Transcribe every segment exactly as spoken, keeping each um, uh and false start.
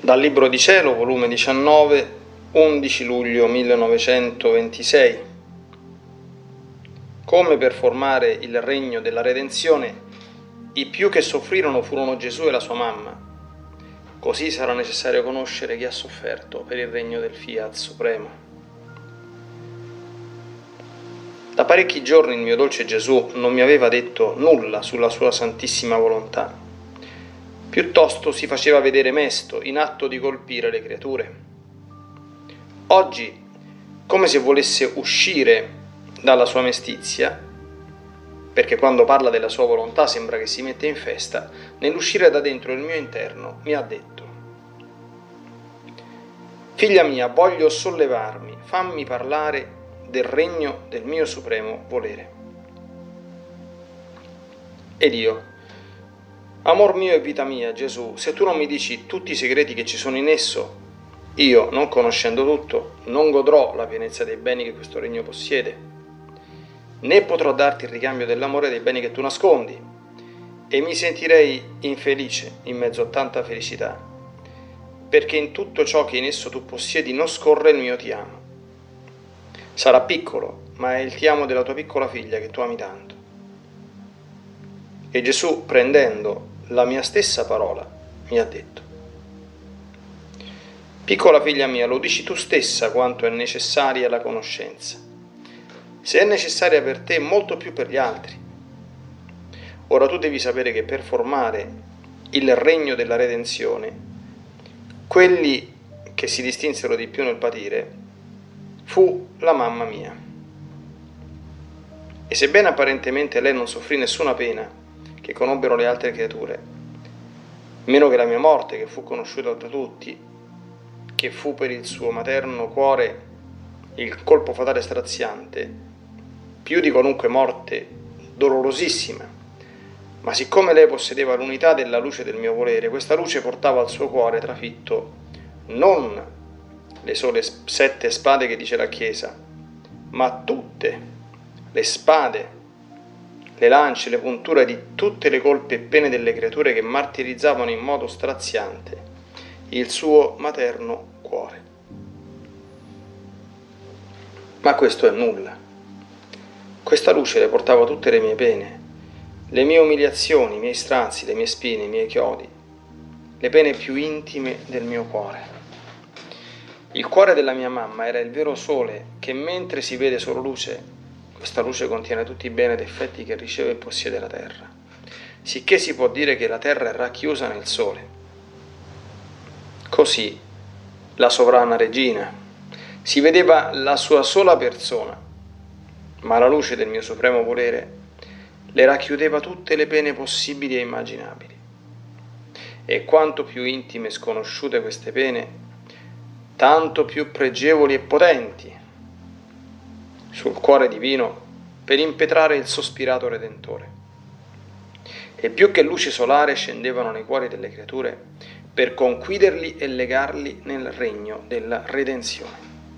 Dal Libro di Cielo, volume diciannove, undici luglio millenovecentoventisei. Come per formare il regno della redenzione, i più che soffrirono furono Gesù e la sua mamma. Così sarà necessario conoscere chi ha sofferto per il regno del Fiat Supremo. Da parecchi giorni il mio dolce Gesù non mi aveva detto nulla sulla sua santissima volontà. Piuttosto si faceva vedere mesto, in atto di colpire le creature. Oggi, come se volesse uscire dalla sua mestizia, perché quando parla della sua volontà sembra che si mette in festa, nell'uscire da dentro il mio interno mi ha detto: «Figlia mia, voglio sollevarmi, fammi parlare del regno del mio supremo volere». Ed io: «Amor mio e vita mia, Gesù, se tu non mi dici tutti i segreti che ci sono in esso, io, non conoscendo tutto, non godrò la pienezza dei beni che questo regno possiede, né potrò darti il ricambio dell'amore dei beni che tu nascondi, e mi sentirei infelice in mezzo a tanta felicità, perché in tutto ciò che in esso tu possiedi non scorre il mio ti amo. Sarà piccolo, ma è il ti amo della tua piccola figlia che tu ami tanto». E Gesù, prendendo la mia stessa parola, mi ha detto: «Piccola figlia mia, lo dici tu stessa quanto è necessaria la conoscenza, se è necessaria per te molto più per gli altri. Ora tu devi sapere che per formare il regno della redenzione, quelli che si distinsero di più nel patire fu la mamma mia. E sebbene apparentemente lei non soffrì nessuna pena che conobbero le altre creature, meno che la mia morte, che fu conosciuta da tutti, che fu per il suo materno cuore il colpo fatale straziante, più di qualunque morte dolorosissima, ma siccome lei possedeva l'unità della luce del mio volere, questa luce portava al suo cuore trafitto non le sole sette spade che dice la Chiesa, ma tutte le spade, le lance, le punture di tutte le colpe e pene delle creature che martirizzavano in modo straziante il suo materno cuore. Ma questo è nulla. Questa luce le portava tutte le mie pene, le mie umiliazioni, i miei strazi, le mie spine, i miei chiodi, le pene più intime del mio cuore. Il cuore della mia mamma era il vero sole che, mentre si vede solo luce, questa luce contiene tutti i beni ed effetti che riceve e possiede la terra, sicché si può dire che la terra è racchiusa nel sole. Così la sovrana regina si vedeva la sua sola persona, ma la luce del mio supremo volere le racchiudeva tutte le pene possibili e immaginabili. E quanto più intime e sconosciute queste pene, tanto più pregevoli e potenti sul cuore divino per impetrare il sospirato Redentore. E più che luce solare scendevano nei cuori delle creature per conquiderli e legarli nel regno della redenzione.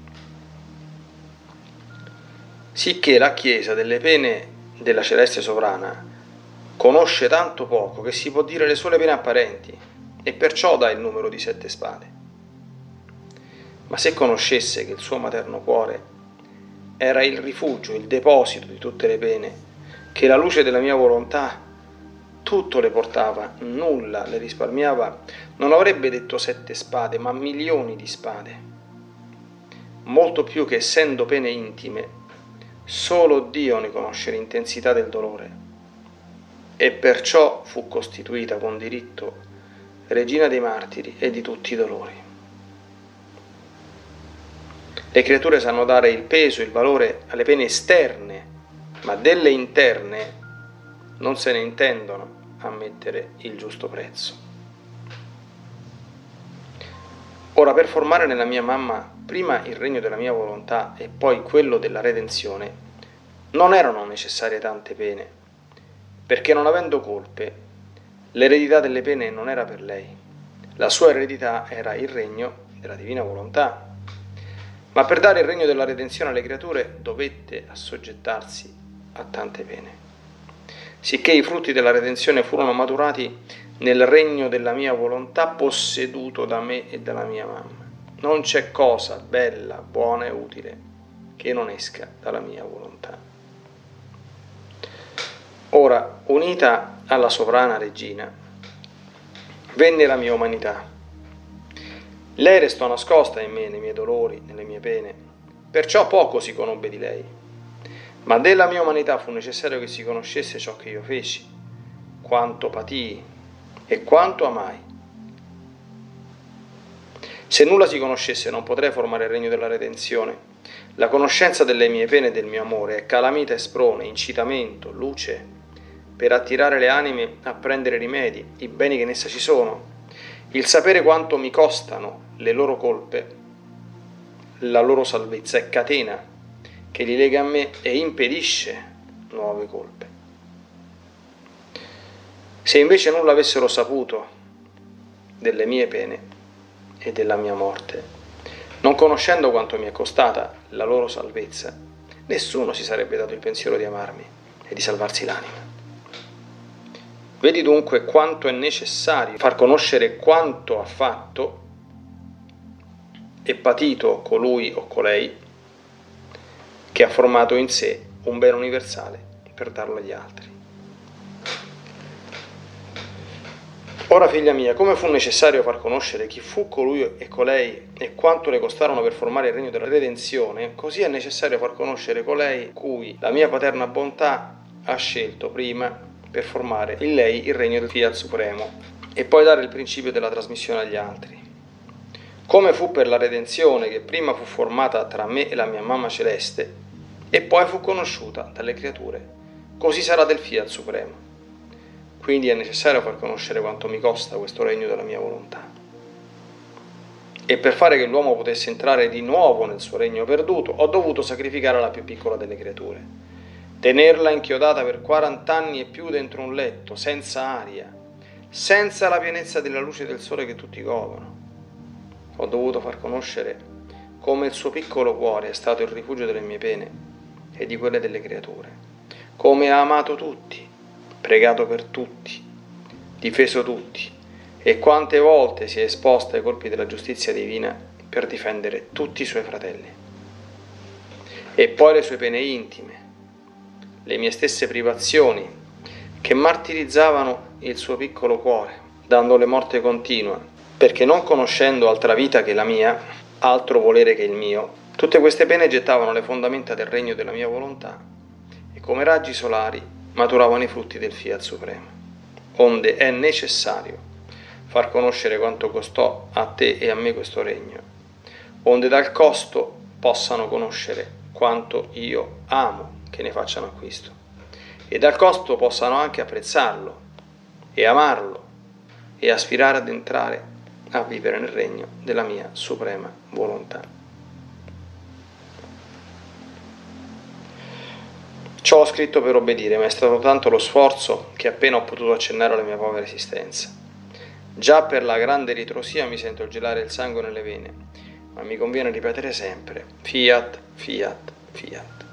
Sicché la Chiesa delle pene della celeste sovrana conosce tanto poco che si può dire le sole pene apparenti, e perciò dà il numero di sette spade. Ma se conoscesse che il suo materno cuore era il rifugio, il deposito di tutte le pene, che la luce della mia volontà tutto le portava, nulla le risparmiava, non avrebbe detto sette spade, ma milioni di spade. Molto più che, essendo pene intime, solo Dio ne conosce l'intensità del dolore, e perciò fu costituita con diritto regina dei martiri e di tutti i dolori. Le creature sanno dare il peso, il valore alle pene esterne, ma delle interne non se ne intendono ammettere il giusto prezzo. Ora, per formare nella mia mamma prima il regno della mia volontà e poi quello della redenzione, non erano necessarie tante pene, perché non avendo colpe, l'eredità delle pene non era per lei. La sua eredità era il regno della divina volontà. Ma per dare il regno della redenzione alle creature dovette assoggettarsi a tante pene, sicché i frutti della redenzione furono maturati nel regno della mia volontà posseduto da me e dalla mia mamma. Non c'è cosa bella, buona e utile che non esca dalla mia volontà. Ora, unita alla sovrana regina, venne la mia umanità. Lei restò nascosta in me, nei miei dolori, nelle mie pene, perciò poco si conobbe di lei. Ma della mia umanità fu necessario che si conoscesse ciò che io feci, quanto patii e quanto amai. Se nulla si conoscesse non potrei formare il regno della redenzione. La conoscenza delle mie pene e del mio amore è calamita e sprone, incitamento, luce, per attirare le anime a prendere rimedi, i beni che in essa ci sono. Il sapere quanto mi costano le loro colpe, la loro salvezza è catena che li lega a me e impedisce nuove colpe. Se invece nulla avessero saputo delle mie pene e della mia morte, non conoscendo quanto mi è costata la loro salvezza, nessuno si sarebbe dato il pensiero di amarmi e di salvarsi l'anima. Vedi dunque quanto è necessario far conoscere quanto ha fatto e patito colui o colei che ha formato in sé un bene universale per darlo agli altri. Ora, figlia mia, come fu necessario far conoscere chi fu colui e colei e quanto le costarono per formare il regno della redenzione, così è necessario far conoscere colei cui la mia paterna bontà ha scelto prima per formare in lei il regno del Fiat Supremo e poi dare il principio della trasmissione agli altri. Come fu per la redenzione che prima fu formata tra me e la mia mamma celeste e poi fu conosciuta dalle creature, così sarà del Fiat Supremo. Quindi è necessario far conoscere quanto mi costa questo regno della mia volontà. E per fare che l'uomo potesse entrare di nuovo nel suo regno perduto, ho dovuto sacrificare la più piccola delle creature, tenerla inchiodata per quarant'anni e più dentro un letto, senza aria, senza la pienezza della luce del sole che tutti godono. Ho dovuto far conoscere come il suo piccolo cuore è stato il rifugio delle mie pene e di quelle delle creature, come ha amato tutti, pregato per tutti, difeso tutti, e quante volte si è esposta ai colpi della giustizia divina per difendere tutti i suoi fratelli. E poi le sue pene intime, le mie stesse privazioni, che martirizzavano il suo piccolo cuore, dandole morte continua, perché non conoscendo altra vita che la mia, altro volere che il mio, tutte queste pene gettavano le fondamenta del regno della mia volontà, e come raggi solari maturavano i frutti del Fiat Supremo. Onde è necessario far conoscere quanto costò a te e a me questo regno, onde dal costo possano conoscere quanto io amo che ne facciano acquisto, e dal costo possano anche apprezzarlo e amarlo e aspirare ad entrare a vivere nel regno della mia suprema volontà. Ciò ho scritto per obbedire, ma è stato tanto lo sforzo che appena ho potuto accennare alla mia povera esistenza. Già per la grande ritrosia mi sento gelare il sangue nelle vene, ma mi conviene ripetere sempre: Fiat, Fiat, Fiat.